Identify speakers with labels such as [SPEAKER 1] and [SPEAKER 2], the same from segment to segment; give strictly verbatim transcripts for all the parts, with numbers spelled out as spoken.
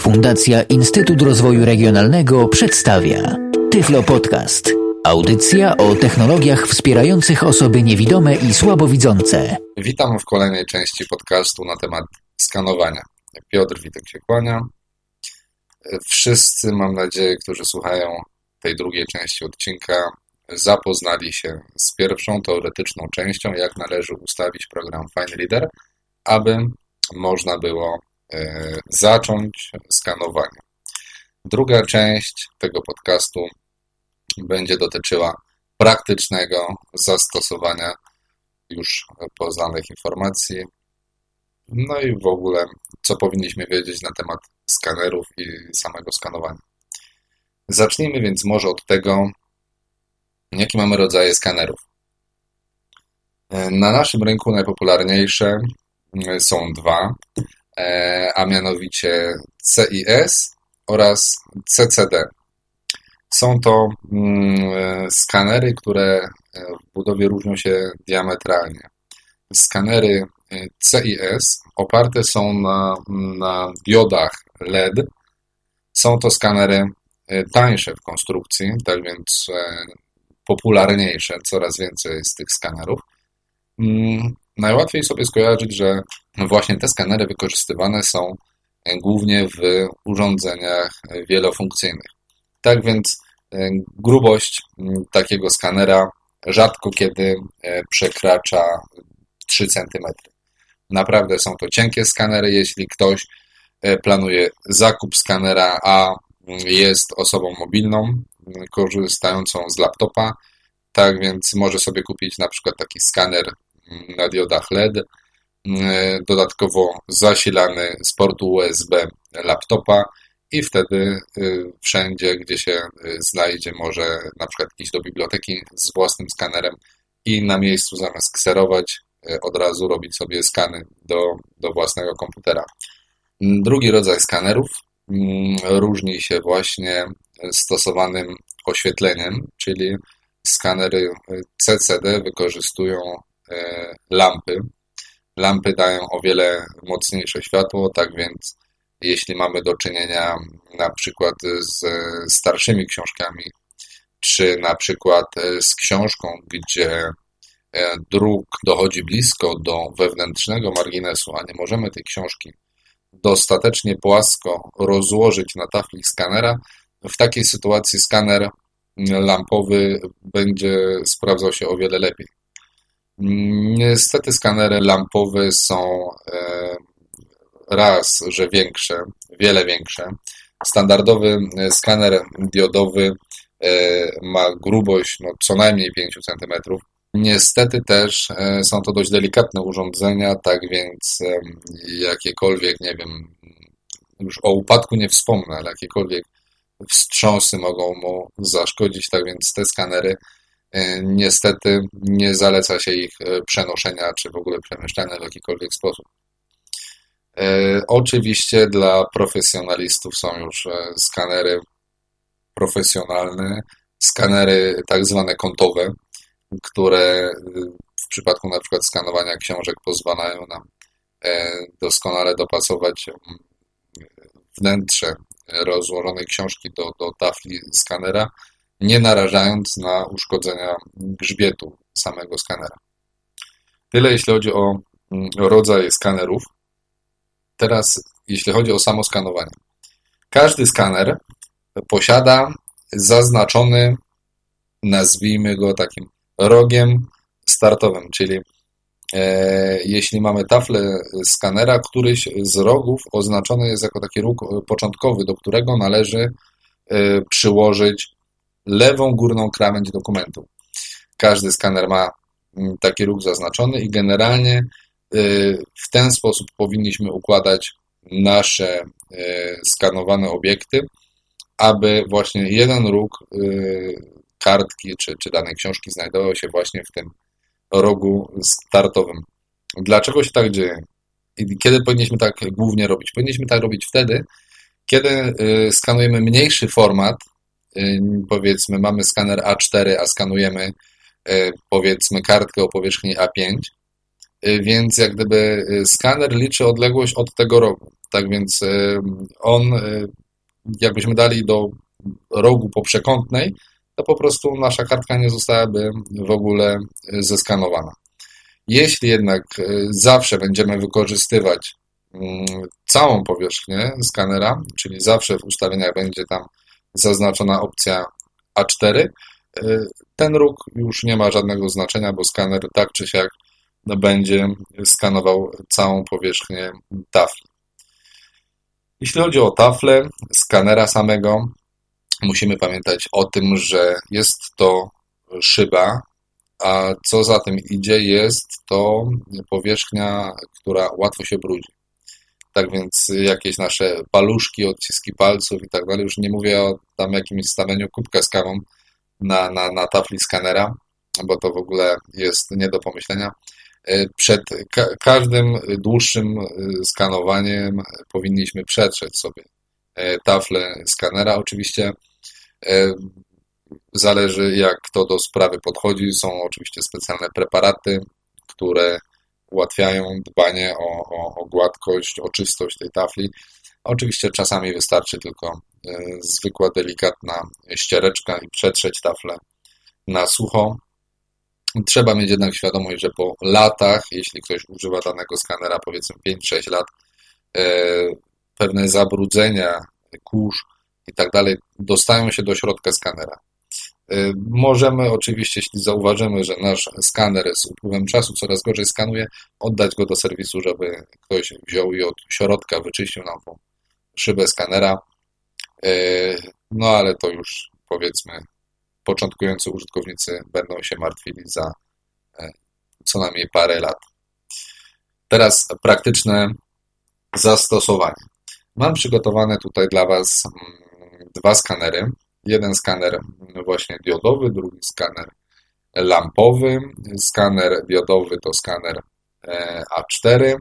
[SPEAKER 1] Fundacja Instytut Rozwoju Regionalnego przedstawia Tyflo Podcast. Audycja o technologiach wspierających osoby niewidome i słabowidzące.
[SPEAKER 2] Witam w kolejnej części podcastu na temat skanowania. Piotr Witek się kłania. Wszyscy, mam nadzieję, którzy słuchają tej drugiej części odcinka, zapoznali się z pierwszą teoretyczną częścią, jak należy ustawić program FineReader, aby można było e, zacząć skanowanie. Druga część tego podcastu będzie dotyczyła praktycznego zastosowania już poznanych informacji, no i w ogóle, co powinniśmy wiedzieć na temat skanerów i samego skanowania. Zacznijmy więc może od tego, jakie mamy rodzaje skanerów. Na naszym rynku najpopularniejsze są dwa, a mianowicie C I S oraz C C D. Są to skanery, które w budowie różnią się diametralnie. Skanery C I S oparte są na, na diodach L E D. Są to skanery tańsze w konstrukcji, tak więc popularniejsze, coraz więcej jest tych skanerów. Najłatwiej sobie skojarzyć, że właśnie te skanery wykorzystywane są głównie w urządzeniach wielofunkcyjnych. Tak więc grubość takiego skanera rzadko kiedy przekracza trzy centymetry. Naprawdę są to cienkie skanery. Jeśli ktoś planuje zakup skanera, a jest osobą mobilną, korzystającą z laptopa, tak więc może sobie kupić na przykład taki skaner na diodach L E D, dodatkowo zasilany z portu U S B laptopa i wtedy wszędzie, gdzie się znajdzie, może na przykład iść do biblioteki z własnym skanerem i na miejscu zamiast kserować, od razu robić sobie skany do, do własnego komputera. Drugi rodzaj skanerów różni się właśnie stosowanym oświetleniem, czyli skanery C C D wykorzystują lampy. Lampy dają o wiele mocniejsze światło, tak więc jeśli mamy do czynienia na przykład z starszymi książkami, czy na przykład z książką, gdzie druk dochodzi blisko do wewnętrznego marginesu, a nie możemy tej książki dostatecznie płasko rozłożyć na tafli skanera, w takiej sytuacji skaner lampowy będzie sprawdzał się o wiele lepiej. Niestety skanery lampowe są raz, że większe, wiele większe. Standardowy skaner diodowy ma grubość no, co najmniej pięć centymetrów. Niestety też są to dość delikatne urządzenia, tak więc jakiekolwiek, nie wiem, już o upadku nie wspomnę, ale jakiekolwiek wstrząsy mogą mu zaszkodzić, tak więc te skanery niestety nie zaleca się ich przenoszenia, czy w ogóle przemieszczania w jakikolwiek sposób. Oczywiście dla profesjonalistów są już skanery profesjonalne, skanery tak zwane kątowe, które w przypadku na przykład skanowania książek pozwalają nam doskonale dopasować wnętrze rozłożonej książki do, do tafli skanera, nie narażając na uszkodzenia grzbietu samego skanera. Tyle jeśli chodzi o rodzaje skanerów. Teraz jeśli chodzi o samo skanowanie. Każdy skaner posiada zaznaczony, nazwijmy go takim rogiem startowym, czyli e, jeśli mamy taflę skanera, któryś z rogów oznaczony jest jako taki róg początkowy, do którego należy e, przyłożyć lewą górną krawędź dokumentu. Każdy skaner ma taki róg zaznaczony i generalnie e, w ten sposób powinniśmy układać nasze e, skanowane obiekty, aby właśnie jeden róg e, kartki czy, czy danej książki znajdował się właśnie w tym rogu startowym. Dlaczego się tak dzieje? I kiedy powinniśmy tak głównie robić? Powinniśmy tak robić wtedy, kiedy skanujemy mniejszy format, powiedzmy mamy skaner A cztery, a skanujemy powiedzmy kartkę o powierzchni A pięć, więc jak gdyby skaner liczy odległość od tego rogu. Tak więc on, jakbyśmy dali do rogu poprzekątnej, to po prostu nasza kartka nie zostałaby w ogóle zeskanowana. Jeśli jednak zawsze będziemy wykorzystywać całą powierzchnię skanera, czyli zawsze w ustawieniach będzie tam zaznaczona opcja A cztery, ten róg już nie ma żadnego znaczenia, bo skaner tak czy siak będzie skanował całą powierzchnię tafli. Jeśli chodzi o taflę skanera samego, musimy pamiętać o tym, że jest to szyba, a co za tym idzie, jest to powierzchnia, która łatwo się brudzi. Tak więc jakieś nasze paluszki, odciski palców i tak dalej, już nie mówię o tam jakimś stawianiu kubka z kawą na, na, na tafli skanera, bo to w ogóle jest nie do pomyślenia. Przed ka- każdym dłuższym skanowaniem powinniśmy przetrzeć sobie taflę skanera. Oczywiście zależy, jak kto do sprawy podchodzi. Są oczywiście specjalne preparaty, które ułatwiają dbanie o, o, o gładkość, o czystość tej tafli. Oczywiście czasami wystarczy tylko zwykła, delikatna ściereczka i przetrzeć taflę na sucho. Trzeba mieć jednak świadomość, że po latach, jeśli ktoś używa danego skanera, powiedzmy pięć sześć lat, pewne zabrudzenia, kurz i tak dalej dostają się do środka skanera. Możemy oczywiście, jeśli zauważymy, że nasz skaner z upływem czasu coraz gorzej skanuje, oddać go do serwisu, żeby ktoś wziął i od środka wyczyścił nam tą szybę skanera. No ale to już, powiedzmy, początkujący użytkownicy będą się martwili za co najmniej parę lat. Teraz praktyczne zastosowanie. Mam przygotowane tutaj dla Was dwa skanery. Jeden skaner właśnie diodowy, drugi skaner lampowy. Skaner diodowy to skaner A cztery.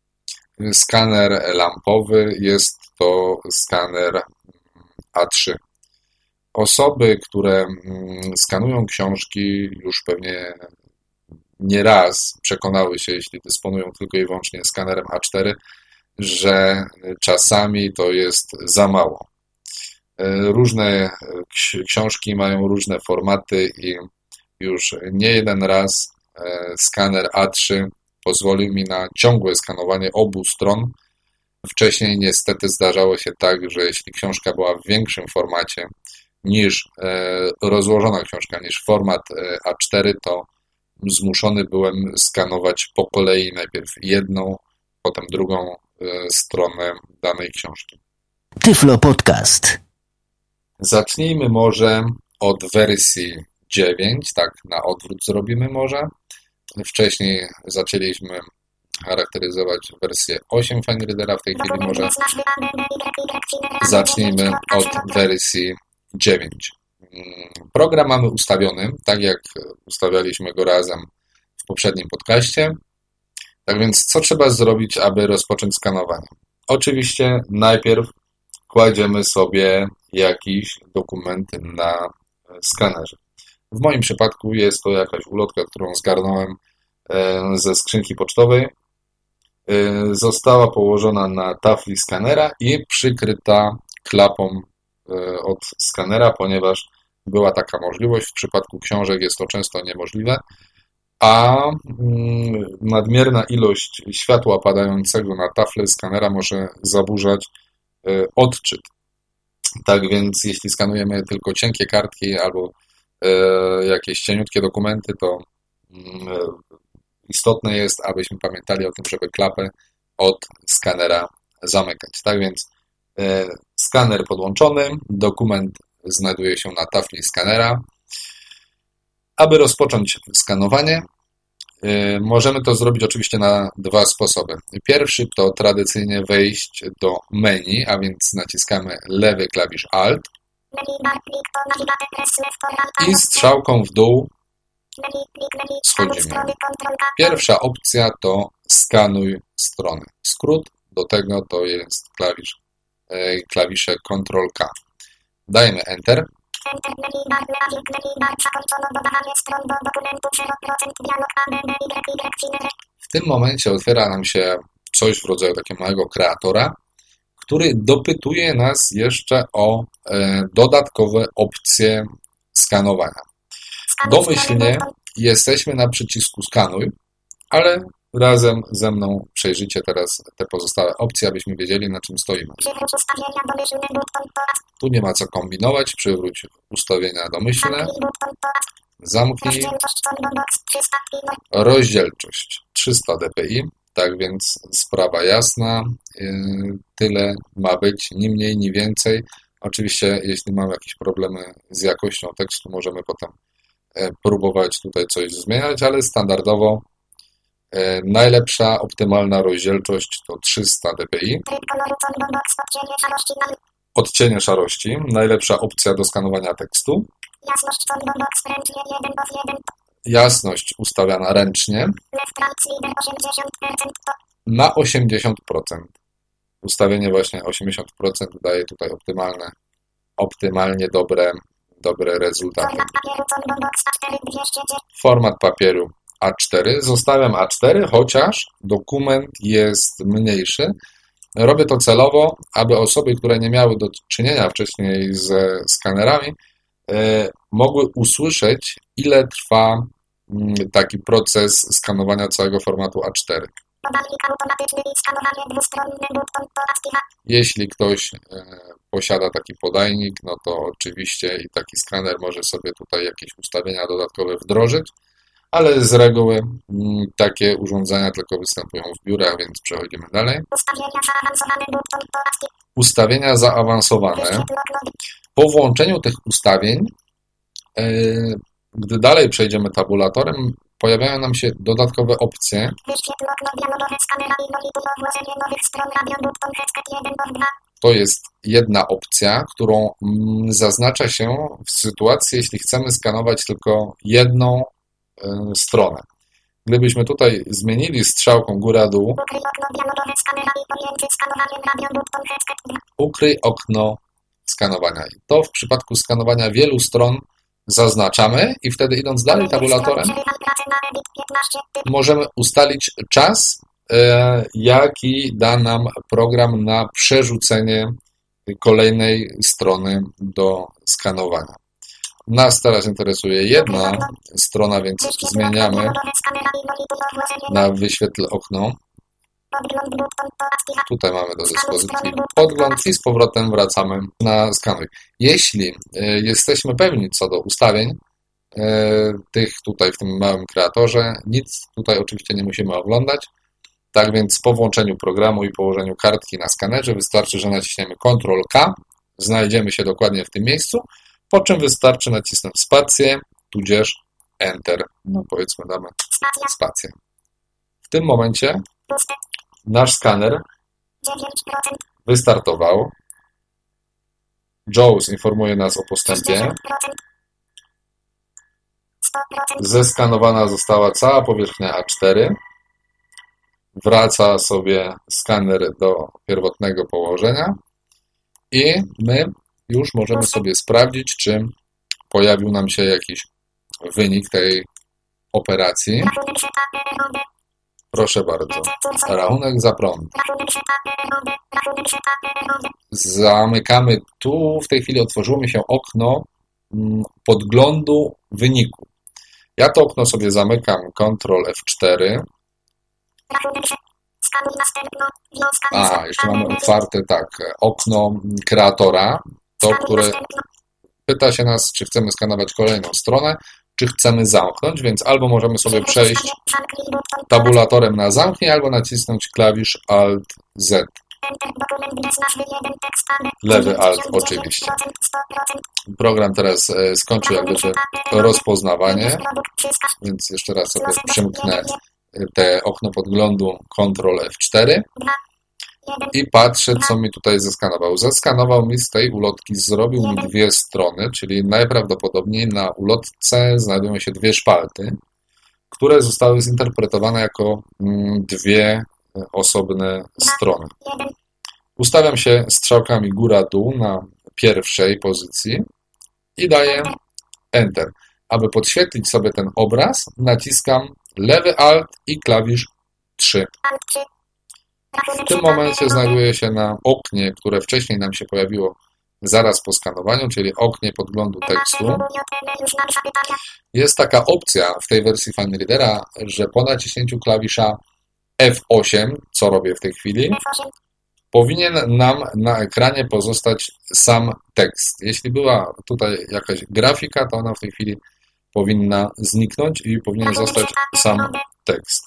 [SPEAKER 2] Skaner lampowy jest to skaner A trzy. Osoby, które skanują książki, już pewnie nie raz przekonały się, jeśli dysponują tylko i wyłącznie skanerem A cztery, że czasami to jest za mało. Różne książki mają różne formaty i już nie jeden raz skaner A trzy pozwolił mi na ciągłe skanowanie obu stron. Wcześniej niestety zdarzało się tak, że jeśli książka była w większym formacie niż rozłożona książka, niż format A cztery, to zmuszony byłem skanować po kolei najpierw jedną, potem drugą stronę danej książki.
[SPEAKER 1] Tyflo Podcast.
[SPEAKER 2] Zacznijmy może od wersji dziewięć, tak na odwrót zrobimy może. Wcześniej zaczęliśmy charakteryzować wersję osiem FineReadera, w tej chwili może zacznijmy od wersji dziewięć. Program mamy ustawiony, tak jak ustawialiśmy go razem w poprzednim podcaście. Tak więc co trzeba zrobić, aby rozpocząć skanowanie? Oczywiście najpierw kładziemy sobie jakiś dokument na skanerze. W moim przypadku jest to jakaś ulotka, którą zgarnąłem ze skrzynki pocztowej. Została położona na tafli skanera i przykryta klapą od skanera, ponieważ była taka możliwość. W przypadku książek jest to często niemożliwe, a nadmierna ilość światła padającego na taflę skanera może zaburzać odczyt. Tak więc jeśli skanujemy tylko cienkie kartki albo jakieś cieniutkie dokumenty, to istotne jest, abyśmy pamiętali o tym, żeby klapę od skanera zamykać. Tak więc skaner podłączony, dokument znajduje się na tafli skanera. Aby rozpocząć skanowanie, możemy to zrobić oczywiście na dwa sposoby. Pierwszy to tradycyjnie wejść do menu, a więc naciskamy lewy klawisz Alt i strzałką w dół schodzimy. Pierwsza opcja to skanuj stronę. Skrót do tego to jest klawisz, klawisze kontrol K. Dajemy Enter. W tym momencie otwiera nam się coś w rodzaju takiego małego kreatora który dopytuje nas jeszcze o e, dodatkowe opcje skanowania. Domyślnie jesteśmy na przycisku skanuj, ale razem ze mną przejrzyjcie teraz te pozostałe opcje, abyśmy wiedzieli, na czym stoimy. Tu nie ma co kombinować, przywróć ustawienia domyślne, zamknij, rozdzielczość trzysta dpi, tak więc sprawa jasna, tyle ma być, ni mniej, ni więcej. Oczywiście, jeśli mamy jakieś problemy z jakością tekstu, możemy potem próbować tutaj coś zmieniać, ale standardowo najlepsza, optymalna rozdzielczość to trzysta dpi. Odcienie szarości. Najlepsza opcja do skanowania tekstu. Jasność ustawiana ręcznie na osiemdziesiąt procent. Ustawienie właśnie osiemdziesiąt procent daje tutaj optymalne, optymalnie dobre, dobre rezultaty. Format papieru A cztery. Zostawiam A cztery, chociaż dokument jest mniejszy. Robię to celowo, aby osoby, które nie miały do czynienia wcześniej ze skanerami, e, mogły usłyszeć, ile trwa m, taki proces skanowania całego formatu A cztery. Jeśli ktoś e, posiada taki podajnik, no to oczywiście i taki skaner może sobie tutaj jakieś ustawienia dodatkowe wdrożyć, ale z reguły m, takie urządzenia tylko występują w biurach, więc przechodzimy dalej. Ustawienia zaawansowane. Po włączeniu tych ustawień, e, gdy dalej przejdziemy tabulatorem, pojawiają nam się dodatkowe opcje. To jest jedna opcja, którą mm, zaznacza się w sytuacji, jeśli chcemy skanować tylko jedną y, stronę. Gdybyśmy tutaj zmienili strzałką góra-dół, ukryj okno skanowania. I to w przypadku skanowania wielu stron zaznaczamy i wtedy idąc dalej tabulatorem możemy ustalić czas, jaki da nam program na przerzucenie kolejnej strony do skanowania. Nas teraz interesuje jedna strona, więc zmieniamy na wyświetl okno. Tutaj mamy do dyspozycji podgląd i z powrotem wracamy na skanuj. Jeśli jesteśmy pewni co do ustawień tych tutaj w tym małym kreatorze, nic tutaj oczywiście nie musimy oglądać. Tak więc po włączeniu programu i położeniu kartki na skanerze wystarczy, że naciśniemy kontrol K, znajdziemy się dokładnie w tym miejscu, po czym wystarczy nacisnąć spację, tudzież Enter. No powiedzmy damy spację. W tym momencie nasz skaner wystartował. JAWS informuje nas o postępie. Zeskanowana została cała powierzchnia A cztery. Wraca sobie skaner do pierwotnego położenia i my już możemy sobie sprawdzić, czy pojawił nam się jakiś wynik tej operacji. Proszę bardzo. Rachunek za prąd. Zamykamy tu. W tej chwili otworzyło mi się okno podglądu wyniku. Ja to okno sobie zamykam kontrol F cztery. A, jeszcze mamy otwarte tak, okno kreatora, to, które pyta się nas, czy chcemy skanować kolejną stronę, czy chcemy zamknąć, więc albo możemy sobie przejść tabulatorem na zamknij, albo nacisnąć klawisz Alt Z. Lewy Alt oczywiście. Program teraz skończył jak gdyby rozpoznawanie, więc jeszcze raz sobie przymknę te okno podglądu kontrol F cztery i patrzę, co mi tutaj zeskanował. Zeskanował mi z tej ulotki, zrobił mi dwie strony, czyli najprawdopodobniej na ulotce znajdują się dwie szpalty, które zostały zinterpretowane jako dwie osobne strony. Ustawiam się strzałkami góra-dół na pierwszej pozycji i daję Enter. Aby podświetlić sobie ten obraz, naciskam lewy Alt i klawisz trzy. W tym momencie znajduje się na oknie, które wcześniej nam się pojawiło zaraz po skanowaniu, czyli oknie podglądu tekstu. Jest taka opcja w tej wersji FineReadera, że po naciśnięciu klawisza F osiem, co robię w tej chwili, powinien nam na ekranie pozostać sam tekst. Jeśli była tutaj jakaś grafika, to ona w tej chwili powinna zniknąć i powinien zostać sam tekst.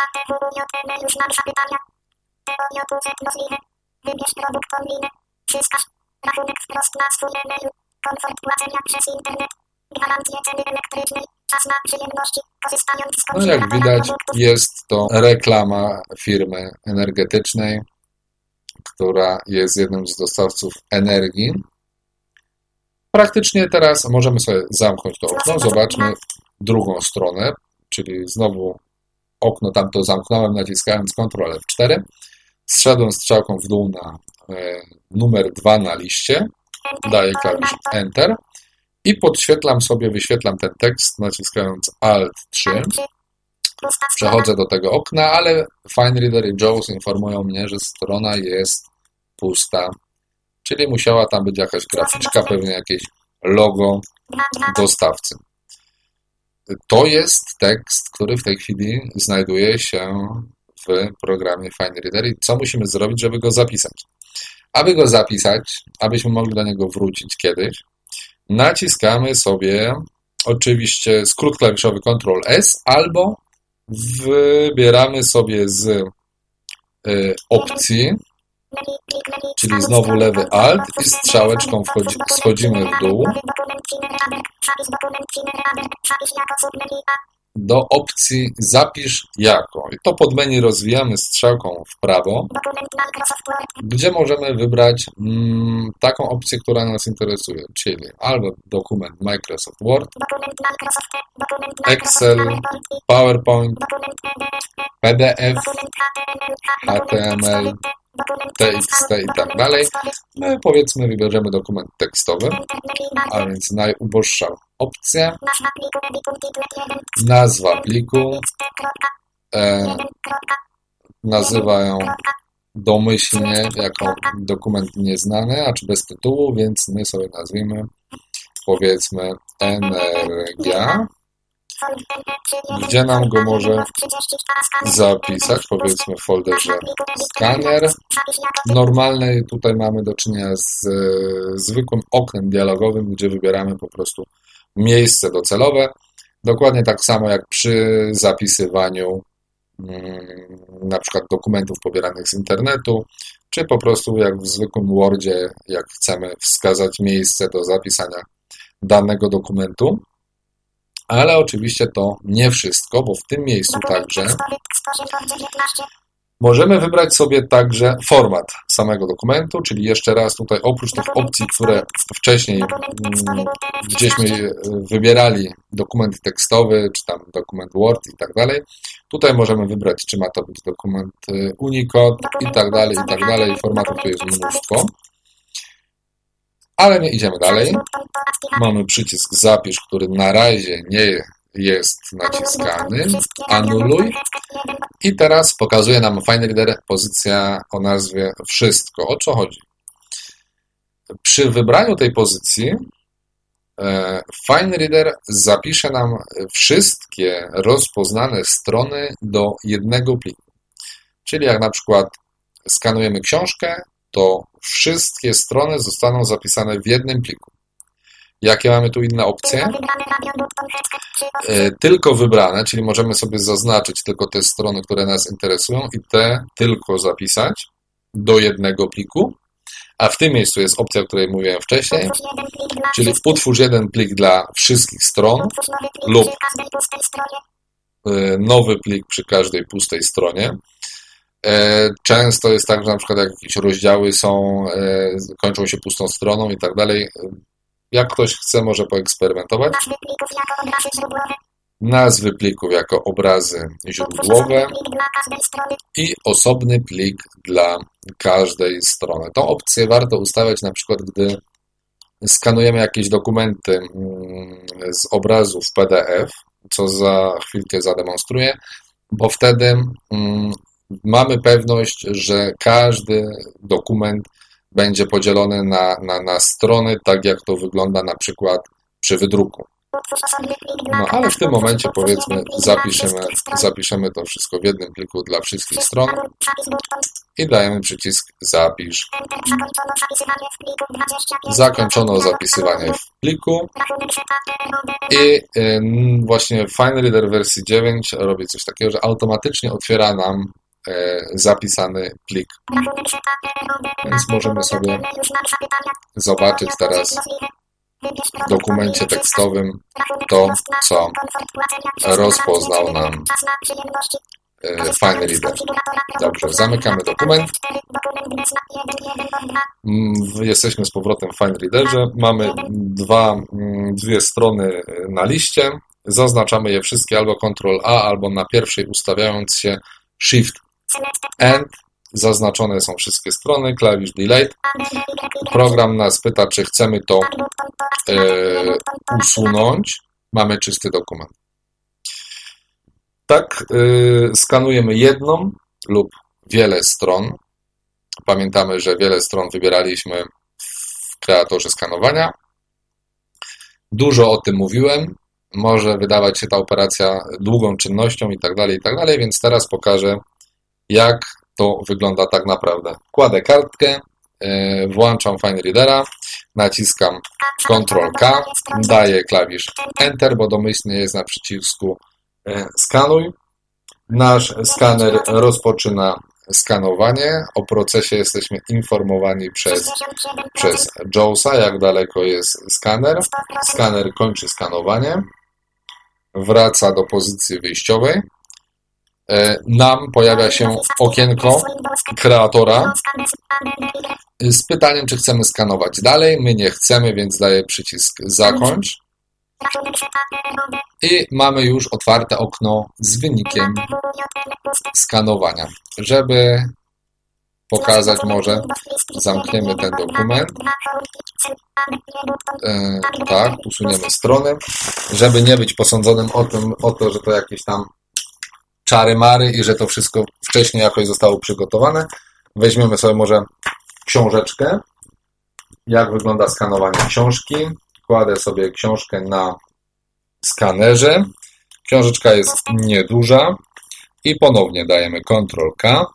[SPEAKER 2] Wybierz produkt online. Wskaż rachunek wprost na swój e-mail. Komfort płacenia przez internet. Gwarancje ceny elektrycznej. Czas na przyjemności. Korzystając z No jak widać, jest to reklama firmy energetycznej, która jest jednym z dostawców energii. Praktycznie teraz możemy sobie zamknąć to okno. Zobaczmy drugą stronę, czyli znowu okno tamto zamknąłem naciskając kontrol F cztery. Zszedłem strzałką w dół na e, numer dwa na liście, daję klawisz Enter i podświetlam sobie, wyświetlam ten tekst naciskając Alt trzy. Przechodzę do tego okna, ale FineReader i JAWS informują mnie, że strona jest pusta, czyli musiała tam być jakaś graficzka, pewnie jakieś logo dostawcy. To jest tekst, który w tej chwili znajduje się w programie FineReader i co musimy zrobić, żeby go zapisać? Aby go zapisać, abyśmy mogli do niego wrócić kiedyś, naciskamy sobie oczywiście skrót klawiszowy kontrol S albo wybieramy sobie z y, opcji, czyli znowu lewy Alt i strzałeczką wchodzi, schodzimy w dół do opcji Zapisz jako. I to podmenu rozwijamy strzałką w prawo, gdzie możemy wybrać mm, taką opcję, która nas interesuje, czyli albo dokument Microsoft Word, Excel, PowerPoint, P D F, H T M L, T X T i tak dalej. My powiedzmy wybierzemy dokument tekstowy, a więc najuboższa opcja, nazwa pliku, e, nazywają domyślnie jako dokument nieznany, acz bez tytułu, więc my sobie nazwijmy powiedzmy energia, gdzie nam go może zapisać, powiedzmy w folderze skaner. Normalny tutaj mamy do czynienia z zwykłym oknem dialogowym, gdzie wybieramy po prostu miejsce docelowe. Dokładnie tak samo jak przy zapisywaniu na przykład dokumentów pobieranych z internetu, czy po prostu jak w zwykłym Wordzie, jak chcemy wskazać miejsce do zapisania danego dokumentu. Ale oczywiście to nie wszystko, bo w tym miejscu także możemy wybrać sobie także format samego dokumentu, czyli jeszcze raz tutaj oprócz tych opcji, które wcześniej gdzieśmy wybierali, dokument tekstowy, czy tam dokument Word i tak dalej, tutaj możemy wybrać, czy ma to być dokument Unicode i tak dalej, i tak dalej. Formatów tu jest mnóstwo. Ale my idziemy dalej. Mamy przycisk Zapisz, który na razie nie jest naciskany. Anuluj. I teraz pokazuje nam FineReader pozycja o nazwie Wszystko. O co chodzi? Przy wybraniu tej pozycji FineReader zapisze nam wszystkie rozpoznane strony do jednego pliku. Czyli jak na przykład skanujemy książkę, to wszystkie strony zostaną zapisane w jednym pliku. Jakie mamy tu inne opcje? Tylko wybrane, czyli możemy sobie zaznaczyć tylko te strony, które nas interesują i te tylko zapisać do jednego pliku. A w tym miejscu jest opcja, o której mówiłem wcześniej, czyli utwórz jeden plik dla wszystkich stron lub nowy plik przy każdej pustej stronie. Często jest tak, że na przykład jak jakieś rozdziały są, kończą się pustą stroną i tak dalej. Jak ktoś chce, może poeksperymentować. Nazwy plików jako obrazy źródłowe i osobny plik dla każdej strony. Tą opcję warto ustawiać na przykład, gdy skanujemy jakieś dokumenty z obrazów P D F, co za chwilkę zademonstruję, bo wtedy mamy pewność, że każdy dokument będzie podzielony na, na, na strony, tak jak to wygląda na przykład przy wydruku. No ale w tym momencie powiedzmy zapiszemy, zapiszemy to wszystko w jednym pliku dla wszystkich stron i dajemy przycisk zapisz. Zakończono zapisywanie w pliku i właśnie FineReader wersji dziewięć robi coś takiego, że automatycznie otwiera nam zapisany plik. Więc możemy sobie zobaczyć teraz w dokumencie tekstowym to, co rozpoznał nam FineReader. Dobrze, zamykamy dokument. Jesteśmy z powrotem w FineReaderze. Mamy dwa, dwie strony na liście. Zaznaczamy je wszystkie albo kontrol A, albo na pierwszej ustawiając się Shift End. Zaznaczone są wszystkie strony, klawisz Delete. Program nas pyta, czy chcemy to e, usunąć. Mamy czysty dokument. Tak, e, skanujemy jedną lub wiele stron. Pamiętamy, że wiele stron wybieraliśmy w kreatorze skanowania. Dużo o tym mówiłem. Może wydawać się ta operacja długą czynnością i tak dalej, i tak dalej, więc teraz pokażę, jak to wygląda tak naprawdę. Kładę kartkę, włączam FineReadera, naciskam kontrol K, daję klawisz Enter, bo domyślnie jest na przycisku skanuj. Nasz skaner rozpoczyna skanowanie. O procesie jesteśmy informowani przez, przez JAWSa, jak daleko jest skaner. Skaner kończy skanowanie, wraca do pozycji wyjściowej. Nam pojawia się okienko kreatora z pytaniem, czy chcemy skanować dalej. My nie chcemy, więc daję przycisk zakończ. I mamy już otwarte okno z wynikiem skanowania. Żeby pokazać, może zamkniemy ten dokument. E, tak, usuniemy stronę. Żeby nie być posądzonym o, tym, o to, że to jakieś tam czary-mary i że to wszystko wcześniej jakoś zostało przygotowane. Weźmiemy sobie może książeczkę. Jak wygląda skanowanie książki. Kładę sobie książkę na skanerze. Książeczka jest nieduża. I ponownie dajemy kontrol K.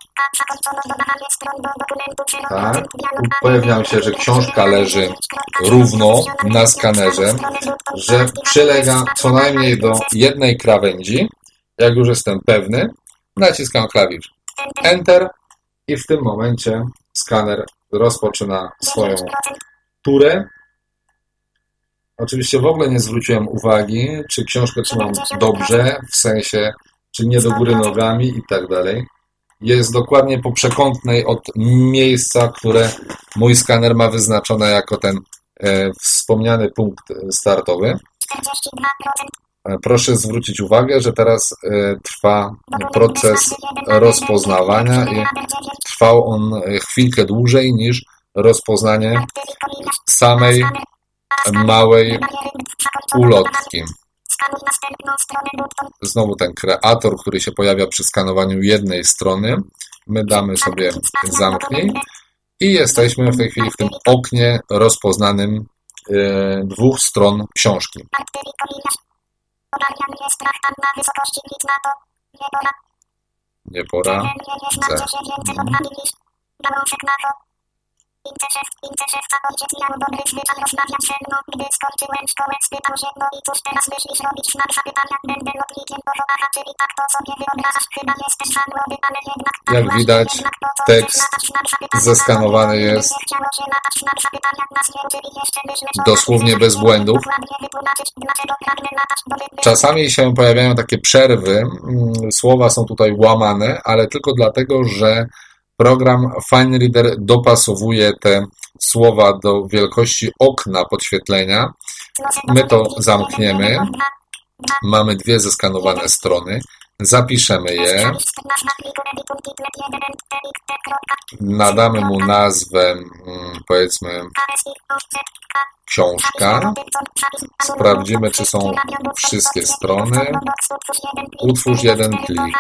[SPEAKER 2] Tak. Upewniam się, że książka leży równo na skanerze, że przylega co najmniej do jednej krawędzi. Jak już jestem pewny, naciskam klawisz Enter i w tym momencie skaner rozpoczyna swoją turę. Oczywiście w ogóle nie zwróciłem uwagi, czy książkę trzymam dobrze, w sensie, czy nie do góry nogami i tak dalej. Jest dokładnie po przekątnej od miejsca, które mój skaner ma wyznaczone jako ten e, wspomniany punkt startowy. Proszę zwrócić uwagę, że teraz trwa proces rozpoznawania i trwał on chwilkę dłużej niż rozpoznanie samej małej ulotki. Znowu ten kreator, który się pojawia przy skanowaniu jednej strony. My damy sobie zamknij i jesteśmy w tej chwili w tym oknie rozpoznanym dwóch stron książki. Nie pora. Chcę. Jak widać, tekst zeskanowany jest dosłownie bez błędów. Czasami się pojawiają takie przerwy, słowa są tutaj łamane, ale tylko dlatego, że program FineReader dopasowuje te słowa do wielkości okna podświetlenia. My to zamkniemy. Mamy dwie zeskanowane strony. zapiszemy je, nadamy mu nazwę, powiedzmy, książka, sprawdzimy, czy są wszystkie strony, utwórz jeden plik,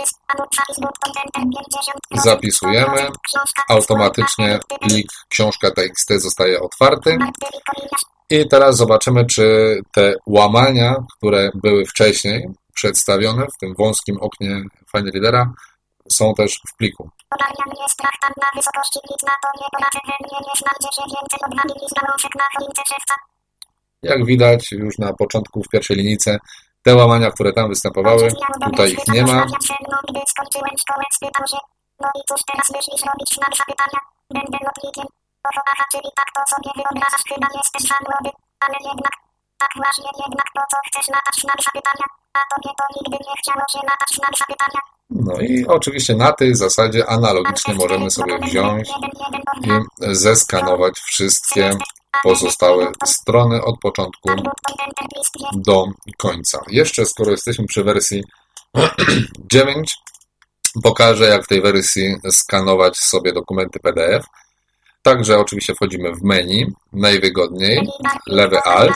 [SPEAKER 2] zapisujemy, automatycznie plik książka.txt zostaje otwarty i teraz zobaczymy, czy te łamania, które były wcześniej przedstawione w tym wąskim oknie FineReadera, są też w pliku.
[SPEAKER 3] Ogarnia mnie strach tam na wysokości nic na to nie poradzę, we mnie nie znajdzie się więcej od dwa mili zgałążek na choince szewca.
[SPEAKER 2] Jak widać już na początku w pierwszej linijce, te łamania, które tam występowały, tutaj ich nie ma.
[SPEAKER 3] Gdy skończyłem szkołę, spytał się, no i cóż teraz myślisz robić? Znam zapytania, będę lotnikiem. Oho, aha, czyli tak to sobie wyobrażasz, chyba jesteś za młody, ale jednak, tak właśnie jednak po co chcesz latać w zapytania, a tobie to nigdy nie chciało się latać w zapytania.
[SPEAKER 2] No i oczywiście na tej zasadzie analogicznie możemy sobie wziąć i zeskanować wszystkie pozostałe strony od początku do końca. Jeszcze skoro jesteśmy przy wersji dziewięć, pokażę, jak w tej wersji skanować sobie dokumenty P D F. Także oczywiście wchodzimy w menu, najwygodniej, lewy alt,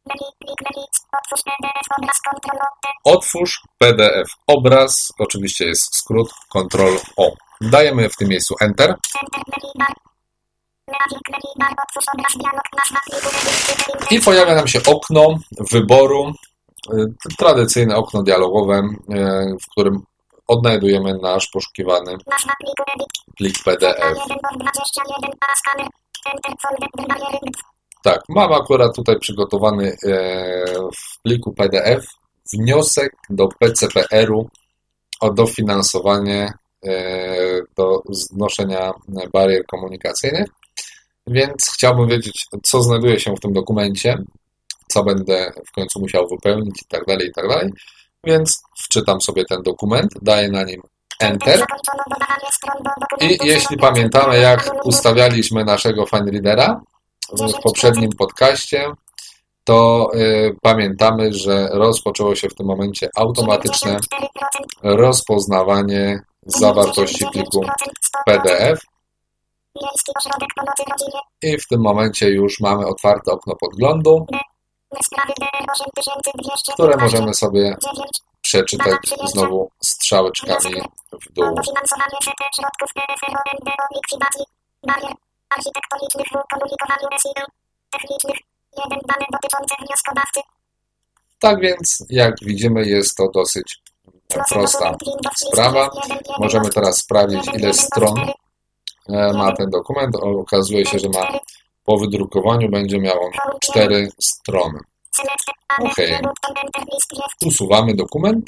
[SPEAKER 2] otwórz P D F obraz, oczywiście jest skrót kontrol O. Dajemy w tym miejscu Enter. I pojawia nam się okno wyboru, tradycyjne okno dialogowe, w którym odnajdujemy nasz poszukiwany plik P D F. Tak, mam akurat tutaj przygotowany w pliku P D F wniosek do P C P R-u o dofinansowanie do znoszenia barier komunikacyjnych, więc chciałbym wiedzieć, co znajduje się w tym dokumencie, co będę w końcu musiał wypełnić i tak dalej, i tak dalej. Więc wczytam sobie ten dokument, daję na nim Enter i jeśli pamiętamy, jak ustawialiśmy naszego FineReadera w poprzednim podcaście, to y, pamiętamy, że rozpoczęło się w tym momencie automatyczne rozpoznawanie zawartości pliku P D F i w tym momencie już mamy otwarte okno podglądu, które możemy sobie przeczytać znowu strzałeczkami w dół. Tak więc, jak widzimy, jest to dosyć prosta sprawa. Możemy teraz sprawdzić, ile stron ma ten dokument. Okazuje się, że ma po wydrukowaniu będzie miał on cztery strony. OK. Usuwamy dokument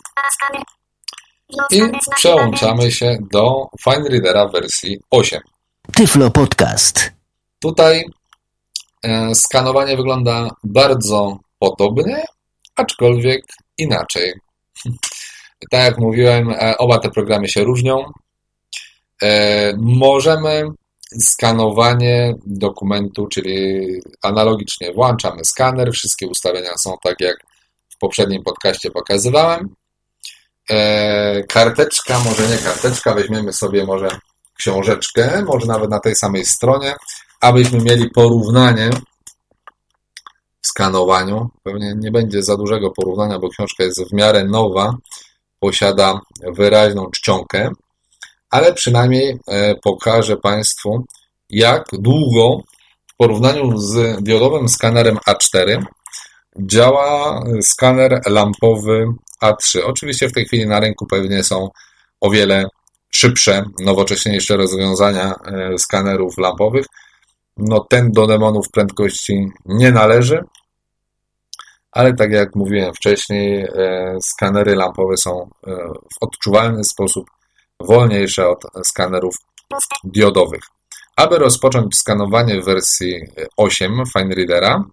[SPEAKER 2] i przełączamy się do FineReadera wersji osiem.
[SPEAKER 1] Tyflo Podcast.
[SPEAKER 2] Tutaj e, skanowanie wygląda bardzo podobnie, aczkolwiek inaczej. Tak jak mówiłem, e, oba te programy się różnią. E, możemy skanowanie dokumentu, czyli analogicznie włączamy skaner, wszystkie ustawienia są tak, jak w poprzednim podcaście pokazywałem. E, karteczka, może nie karteczka, weźmiemy sobie może książeczkę, może nawet na tej samej stronie, abyśmy mieli porównanie w skanowaniu. Pewnie nie będzie za dużego porównania, bo książka jest w miarę nowa, posiada wyraźną czcionkę, ale przynajmniej pokażę Państwu, jak długo w porównaniu z diodowym skanerem A cztery działa skaner lampowy A trzy. Oczywiście w tej chwili na rynku pewnie są o wiele szybsze, nowocześniejsze rozwiązania skanerów lampowych. No ten do demonów prędkości nie należy, ale tak jak mówiłem wcześniej, skanery lampowe są w odczuwalny sposób wolniejsze od skanerów diodowych. Aby rozpocząć skanowanie w wersji osiem FineReadera,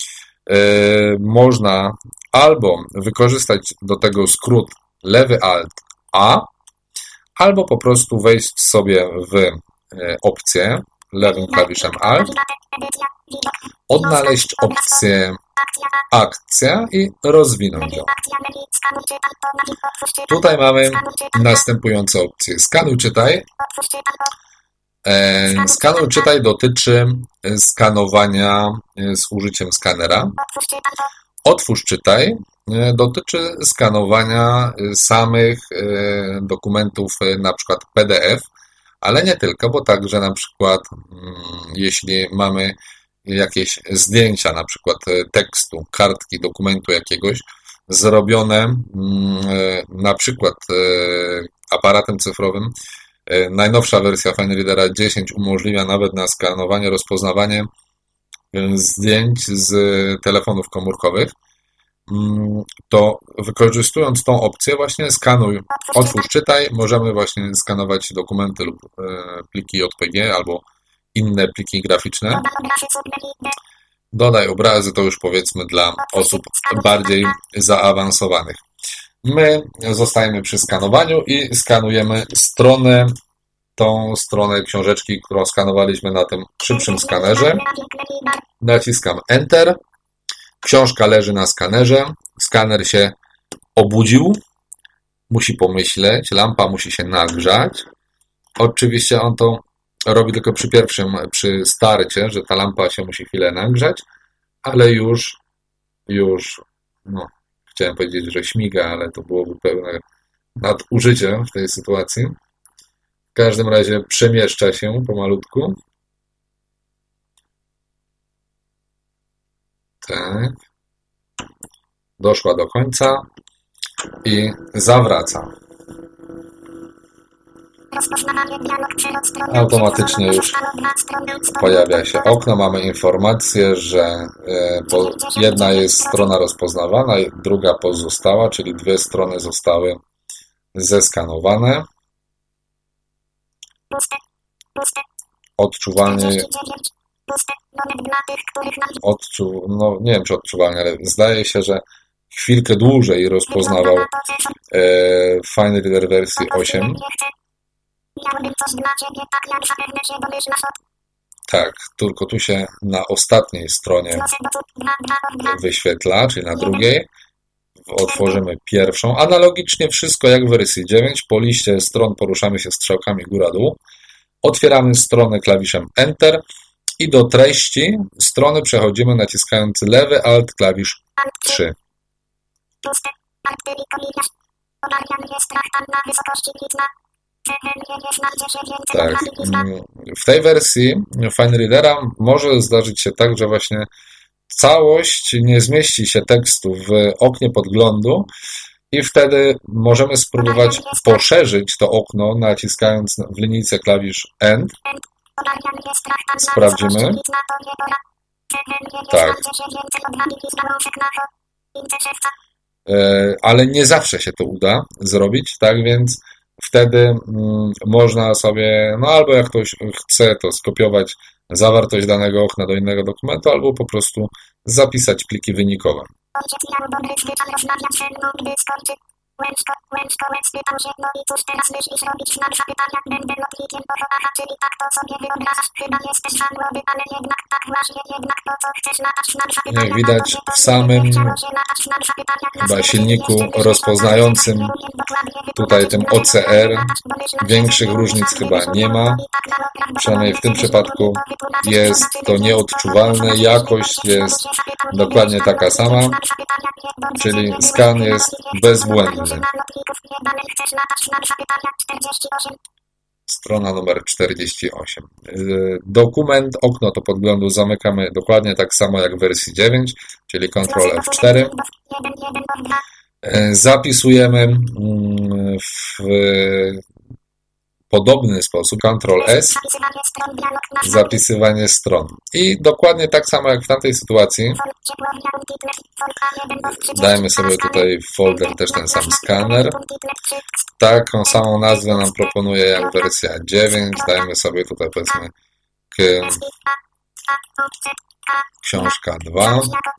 [SPEAKER 2] można albo wykorzystać do tego skrót lewy alt A, albo po prostu wejść sobie w opcję lewym klawiszem alt, odnaleźć opcję akcja i rozwinąć ją. Tutaj mamy następujące opcje. Skanuj, czytaj. E, skanuj, czytaj dotyczy skanowania z użyciem skanera. Otwórz, czytaj dotyczy skanowania samych dokumentów, na przykład P D F, ale nie tylko, bo także na przykład jeśli mamy jakieś zdjęcia, na przykład tekstu, kartki, dokumentu jakiegoś, zrobione na przykład aparatem cyfrowym. Najnowsza wersja FineReadera dziesięć umożliwia nawet na skanowanie, rozpoznawanie zdjęć z telefonów komórkowych. To wykorzystując tą opcję właśnie skanuj, otwórz, czytaj, możemy właśnie skanować dokumenty lub pliki J P G albo inne pliki graficzne. Dodaj obrazy, to już powiedzmy dla osób bardziej zaawansowanych. My zostajemy przy skanowaniu i skanujemy stronę, tą stronę książeczki, którą skanowaliśmy na tym szybszym skanerze. Naciskam Enter. Książka leży na skanerze. Skaner się obudził. Musi pomyśleć. Lampa musi się nagrzać. Oczywiście on to robi tylko przy pierwszym, przy starcie, że ta lampa się musi chwilę nagrzać, ale już, już, no, chciałem powiedzieć, że śmiga, ale to byłoby pełne nadużycie w tej sytuacji. W każdym razie przemieszcza się pomalutku. Tak. Doszła do końca i zawraca. Automatycznie już pojawia się okno. Mamy informację, że jedna jest strona rozpoznawana, druga pozostała, czyli dwie strony zostały zeskanowane. Odczuwalnie odczu, no nie wiem czy odczuwalnie, ale zdaje się, że chwilkę dłużej rozpoznawał e, FineReader wersji osiem. Tak, tylko tu się na ostatniej stronie wyświetla, czyli na drugiej. Otworzymy pierwszą. Analogicznie wszystko jak w wersji dziewięć. Po liście stron poruszamy się strzałkami góra-dół. Otwieramy stronę klawiszem Enter i do treści strony przechodzimy naciskając lewy Alt klawisz trzy. Tak. W tej wersji FineReadera może zdarzyć się tak, że właśnie całość nie zmieści się tekstu w oknie podglądu i wtedy możemy spróbować poszerzyć to okno naciskając w linijce klawisz End. Sprawdzimy. Tak. Ale nie zawsze się to uda zrobić, tak więc wtedy mm, można sobie, no albo jak ktoś chce, to skopiować zawartość danego okna do innego dokumentu, albo po prostu zapisać pliki wynikowe.
[SPEAKER 3] Łęczko, Łęczko, Łęcz pytał się, no i cóż teraz myślisz robić znam zapytania, będę lotnikiem, bo aha, czyli tak to sobie wyobrażasz, chyba jesteś za młody, ale jednak tak właśnie, jednak to co chcesz latać znam zapytania.
[SPEAKER 2] Jak widać w samym chyba silniku rozpoznającym tutaj tym O C R większych różnic chyba nie ma, przynajmniej w tym przypadku jest to nieodczuwalne, jakość jest dokładnie taka sama, czyli skan jest bezbłędny. Strona numer czterdzieści osiem. Dokument, okno to podglądu zamykamy dokładnie tak samo jak w wersji dziewięć, czyli kontrol F cztery. Zapisujemy w podobny sposób kontrol S, zapisywanie stron. I dokładnie tak samo jak w tamtej sytuacji dajmy sobie tutaj w folder też ten sam skaner. Taką samą nazwę nam proponuje jak wersja dziewięć. Dajmy sobie tutaj powiedzmy książka dwa,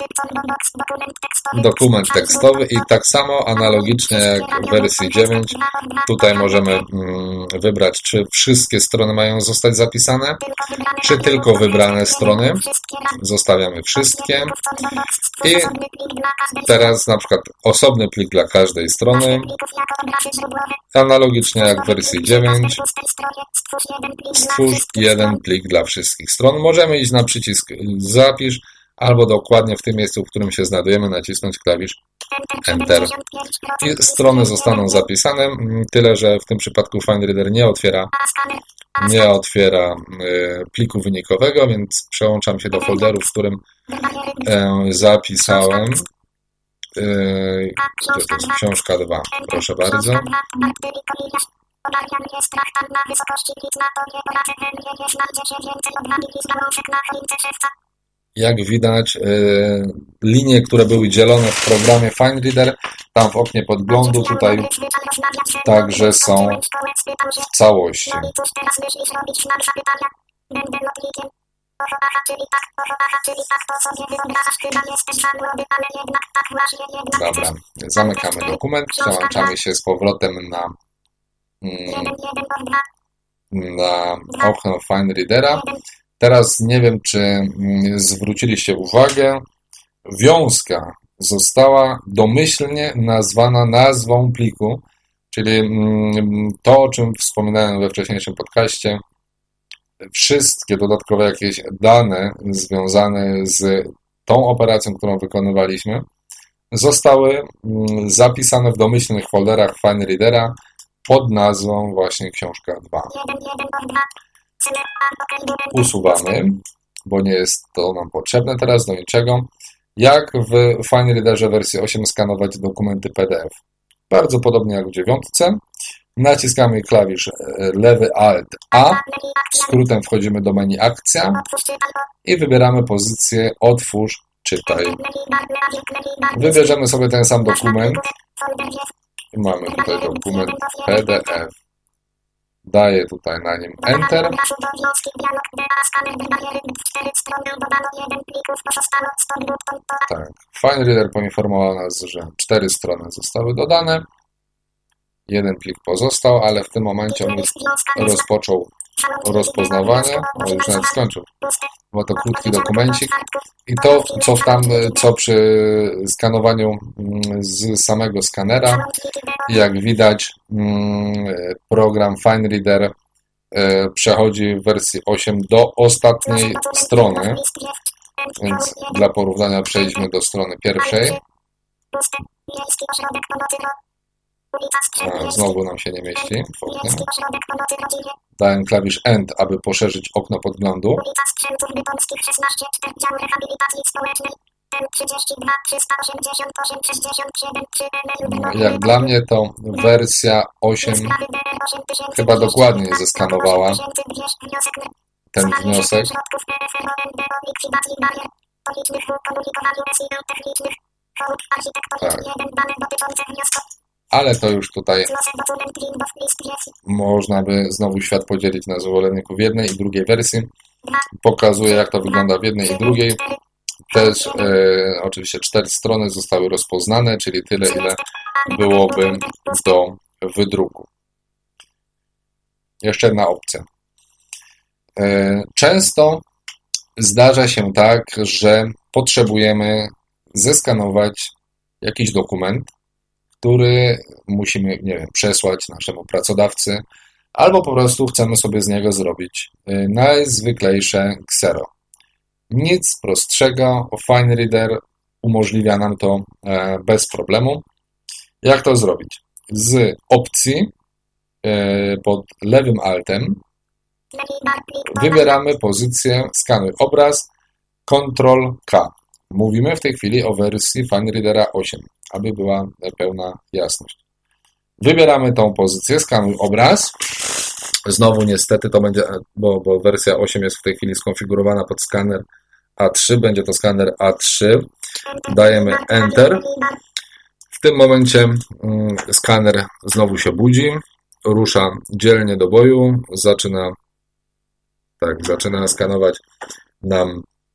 [SPEAKER 2] dokument tekstowy i tak samo analogicznie jak w wersji dziewięć, tutaj możemy mm, wybrać, czy wszystkie strony mają zostać zapisane, czy tylko wybrane strony. Zostawiamy wszystkie i teraz na przykład osobny plik dla każdej strony, analogicznie jak w wersji dziewięć, stwórz jeden plik dla wszystkich stron. Możemy iść na przycisk zapisz, albo dokładnie w tym miejscu, w którym się znajdujemy, nacisnąć klawisz Enter. I strony zostaną zapisane, tyle że w tym przypadku FineReader nie otwiera, nie otwiera pliku wynikowego, więc przełączam się do folderu, w którym zapisałem. To jest książka dwa, proszę bardzo. Jak widać, linie, które były dzielone w programie FineReader, tam w oknie podglądu, tutaj także są w całości. Dobra, zamykamy dokument, przełączamy się z powrotem na, na okno FineReadera. Teraz nie wiem, czy zwróciliście uwagę, wiązka została domyślnie nazwana nazwą pliku, czyli to, o czym wspominałem we wcześniejszym podcaście. Wszystkie dodatkowe jakieś dane związane z tą operacją, którą wykonywaliśmy, zostały zapisane w domyślnych folderach FineReadera pod nazwą właśnie książka dwa. Usuwamy, bo nie jest to nam potrzebne teraz do niczego. Jak w FineReaderze wersji osiem skanować dokumenty P D F? Bardzo podobnie jak w dziewiątce. Naciskamy klawisz lewy Alt A, skrótem wchodzimy do menu Akcja i wybieramy pozycję Otwórz, czytaj. Wybierzemy sobie ten sam dokument i mamy tutaj dokument P D F. Daję tutaj na nim Enter. Tak. FineReader poinformował nas, że cztery strony zostały dodane. Jeden plik pozostał, ale w tym momencie on już rozpoczął rozpoznawanie. O, już nawet skończył. Bo to krótki dokumencik. I to, co, tam, co przy skanowaniu z samego skanera, jak widać, program FineReader przechodzi w wersji osiem do ostatniej strony. Więc dla porównania przejdźmy do strony pierwszej. A, znowu nam się nie mieści w oknie. Dałem klawisz End, aby poszerzyć okno podglądu. Jak dla mnie to wersja osiem chyba dokładniej zeskanowała ten wniosek. Tak. Ale to już tutaj można by znowu świat podzielić na zwolenników jednej i drugiej wersji. Pokazuję, jak to wygląda w jednej i drugiej. Też e, oczywiście cztery strony zostały rozpoznane, czyli tyle, ile byłoby do wydruku. Jeszcze jedna opcja. E, często zdarza się tak, że potrzebujemy zeskanować jakiś dokument, który musimy, nie wiem, przesłać naszemu pracodawcy, albo po prostu chcemy sobie z niego zrobić najzwyklejsze ksero. Nic prostszego, FineReader umożliwia nam to bez problemu. Jak to zrobić? Z opcji pod lewym altem wybieramy pozycję skanuj obraz, kontrol K. Mówimy w tej chwili o wersji FineReadera osiem, aby była pełna jasność. Wybieramy tą pozycję, skanuj obraz. Znowu niestety to będzie, bo, bo wersja osiem jest w tej chwili skonfigurowana pod skaner A trzy, będzie to skaner A trzy. Dajemy Enter. W tym momencie mm, skaner znowu się budzi, rusza dzielnie do boju, zaczyna, tak, zaczyna skanować nam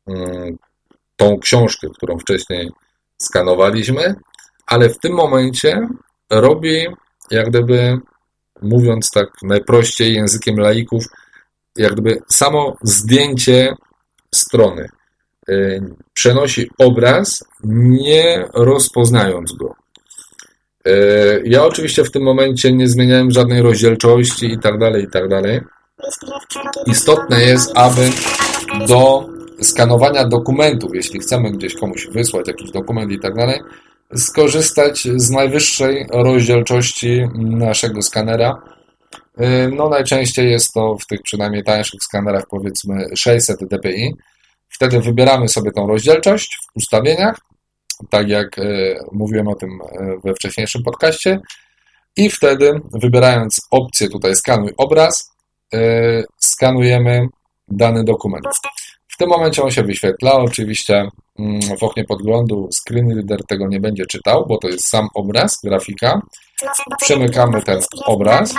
[SPEAKER 2] tą książkę, którą wcześniej skanowaliśmy, ale w tym momencie robi, jak gdyby, mówiąc tak najprościej językiem laików, jak gdyby samo zdjęcie strony. Przenosi obraz, nie rozpoznając go. Ja oczywiście w tym momencie nie zmieniałem żadnej rozdzielczości i tak dalej, i tak dalej. Istotne jest, aby do skanowania dokumentów, jeśli chcemy gdzieś komuś wysłać jakiś dokument i tak dalej, skorzystać z najwyższej rozdzielczości naszego skanera. No najczęściej jest to w tych przynajmniej tańszych skanerach, powiedzmy sześćset dpi. Wtedy wybieramy sobie tą rozdzielczość w ustawieniach, tak jak mówiłem o tym we wcześniejszym podcaście, i wtedy wybierając opcję tutaj skanuj obraz, skanujemy dany dokument. W tym momencie on się wyświetla. Oczywiście w oknie podglądu screen reader tego nie będzie czytał, bo to jest sam obraz, grafika. Przemykamy ten obraz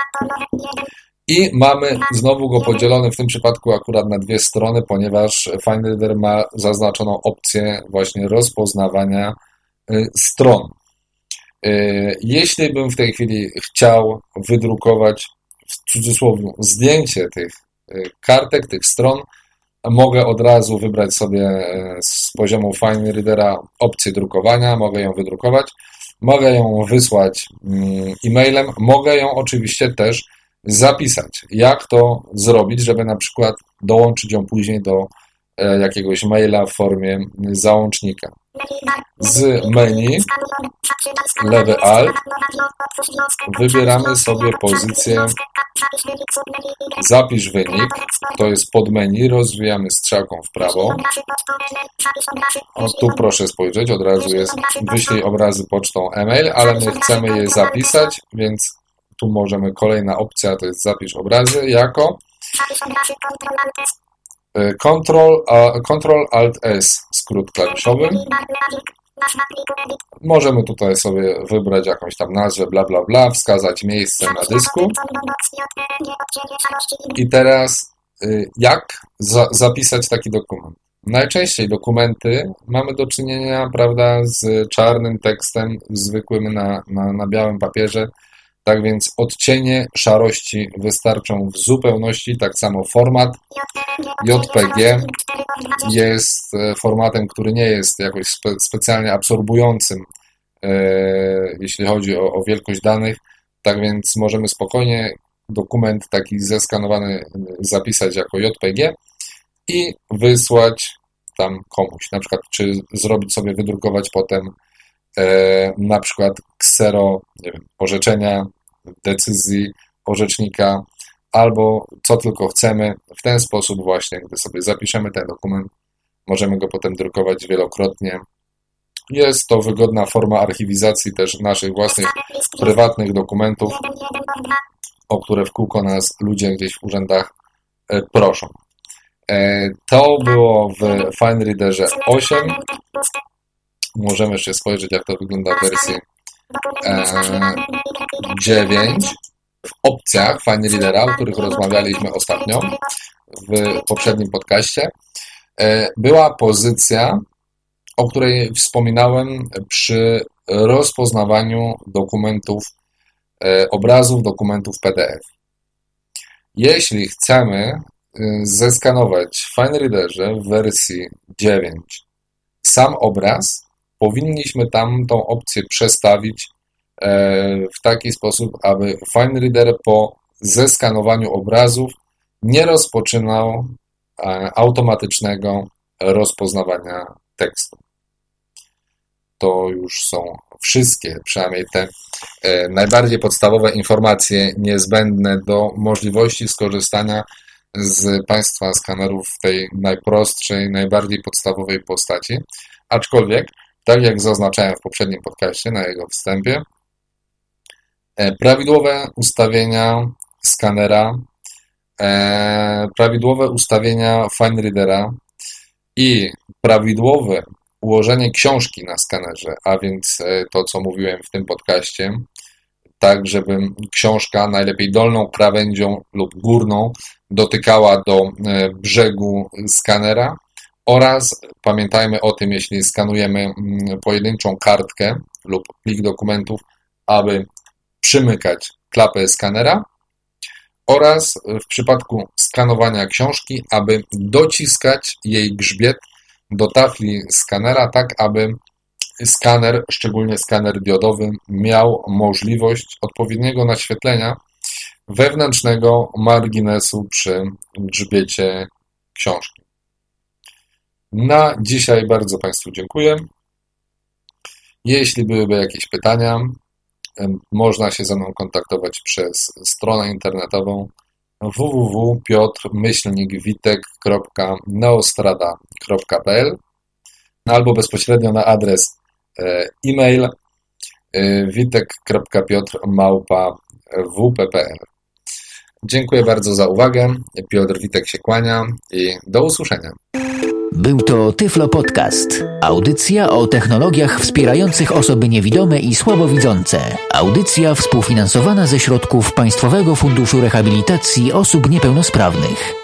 [SPEAKER 2] i mamy znowu go podzielony w tym przypadku akurat na dwie strony, ponieważ FineReader ma zaznaczoną opcję właśnie rozpoznawania stron. Jeśli bym w tej chwili chciał wydrukować w cudzysłowie zdjęcie tych kartek, tych stron, mogę od razu wybrać sobie z poziomu FineReadera opcję drukowania, mogę ją wydrukować, mogę ją wysłać e-mailem, mogę ją oczywiście też zapisać. Jak to zrobić, żeby na przykład dołączyć ją później do jakiegoś maila w formie załącznika. Z menu lewy alt wybieramy sobie pozycję zapisz wynik, to jest pod menu, rozwijamy strzałką w prawo. O, tu proszę spojrzeć, od razu jest wyślij obrazy pocztą e-mail, ale my chcemy je zapisać, więc tu możemy, kolejna opcja to jest zapisz obrazy jako Ctrl, Ctrl Alt S, skrót klawiszowy. Możemy tutaj sobie wybrać jakąś tam nazwę, bla bla bla, wskazać miejsce na dysku. I teraz jak za, zapisać taki dokument? Najczęściej dokumenty mamy do czynienia, prawda, z czarnym tekstem zwykłym na, na, na białym papierze. Tak więc odcienie szarości wystarczą w zupełności, tak samo format J P G jest formatem, który nie jest jakoś spe, specjalnie absorbującym, e, jeśli chodzi o, o wielkość danych, tak więc możemy spokojnie dokument taki zeskanowany zapisać jako J P G i wysłać tam komuś, na przykład czy zrobić sobie, wydrukować potem E, na przykład ksero, nie wiem, orzeczenia, decyzji orzecznika, albo co tylko chcemy. W ten sposób właśnie, gdy sobie zapiszemy ten dokument, możemy go potem drukować wielokrotnie. Jest to wygodna forma archiwizacji też naszych własnych prywatnych dokumentów, o które w kółko nas ludzie gdzieś w urzędach e, proszą. E, to było w FineReaderze osiem. Możemy jeszcze spojrzeć, jak to wygląda w wersji e, dziewięć. W opcjach FineReadera, o których rozmawialiśmy ostatnio w poprzednim podcaście, e, była pozycja, o której wspominałem przy rozpoznawaniu dokumentów, e, obrazów, dokumentów P D F. Jeśli chcemy zeskanować w FineReaderze w wersji dziewięć sam obraz, powinniśmy tam tą opcję przestawić w taki sposób, aby FineReader po zeskanowaniu obrazów nie rozpoczynał automatycznego rozpoznawania tekstu. To już są wszystkie, przynajmniej te najbardziej podstawowe informacje niezbędne do możliwości skorzystania z Państwa skanerów w tej najprostszej, najbardziej podstawowej postaci. Aczkolwiek, tak jak zaznaczałem w poprzednim podcaście na jego wstępie, prawidłowe ustawienia skanera, prawidłowe ustawienia FineReadera i prawidłowe ułożenie książki na skanerze, a więc to, co mówiłem w tym podcaście, tak żeby książka najlepiej dolną krawędzią lub górną dotykała do brzegu skanera Oraz pamiętajmy o tym, jeśli skanujemy pojedynczą kartkę lub plik dokumentów, aby przymykać klapę skanera oraz w przypadku skanowania książki, aby dociskać jej grzbiet do tafli skanera, tak aby skaner, szczególnie skaner diodowy, miał możliwość odpowiedniego naświetlenia wewnętrznego marginesu przy grzbiecie książki. Na dzisiaj bardzo Państwu dziękuję. Jeśli byłyby jakieś pytania, można się ze mną kontaktować przez stronę internetową w w w kropka piotr myślnik witek kropka neostrada kropka p l albo bezpośrednio na adres e-mail witek kropka piotr małpa w p p l. Dziękuję bardzo za uwagę. Piotr Witek się kłania i do usłyszenia.
[SPEAKER 1] Był to Tyflo Podcast. Audycja o technologiach wspierających osoby niewidome i słabowidzące. Audycja współfinansowana ze środków Państwowego Funduszu Rehabilitacji Osób Niepełnosprawnych.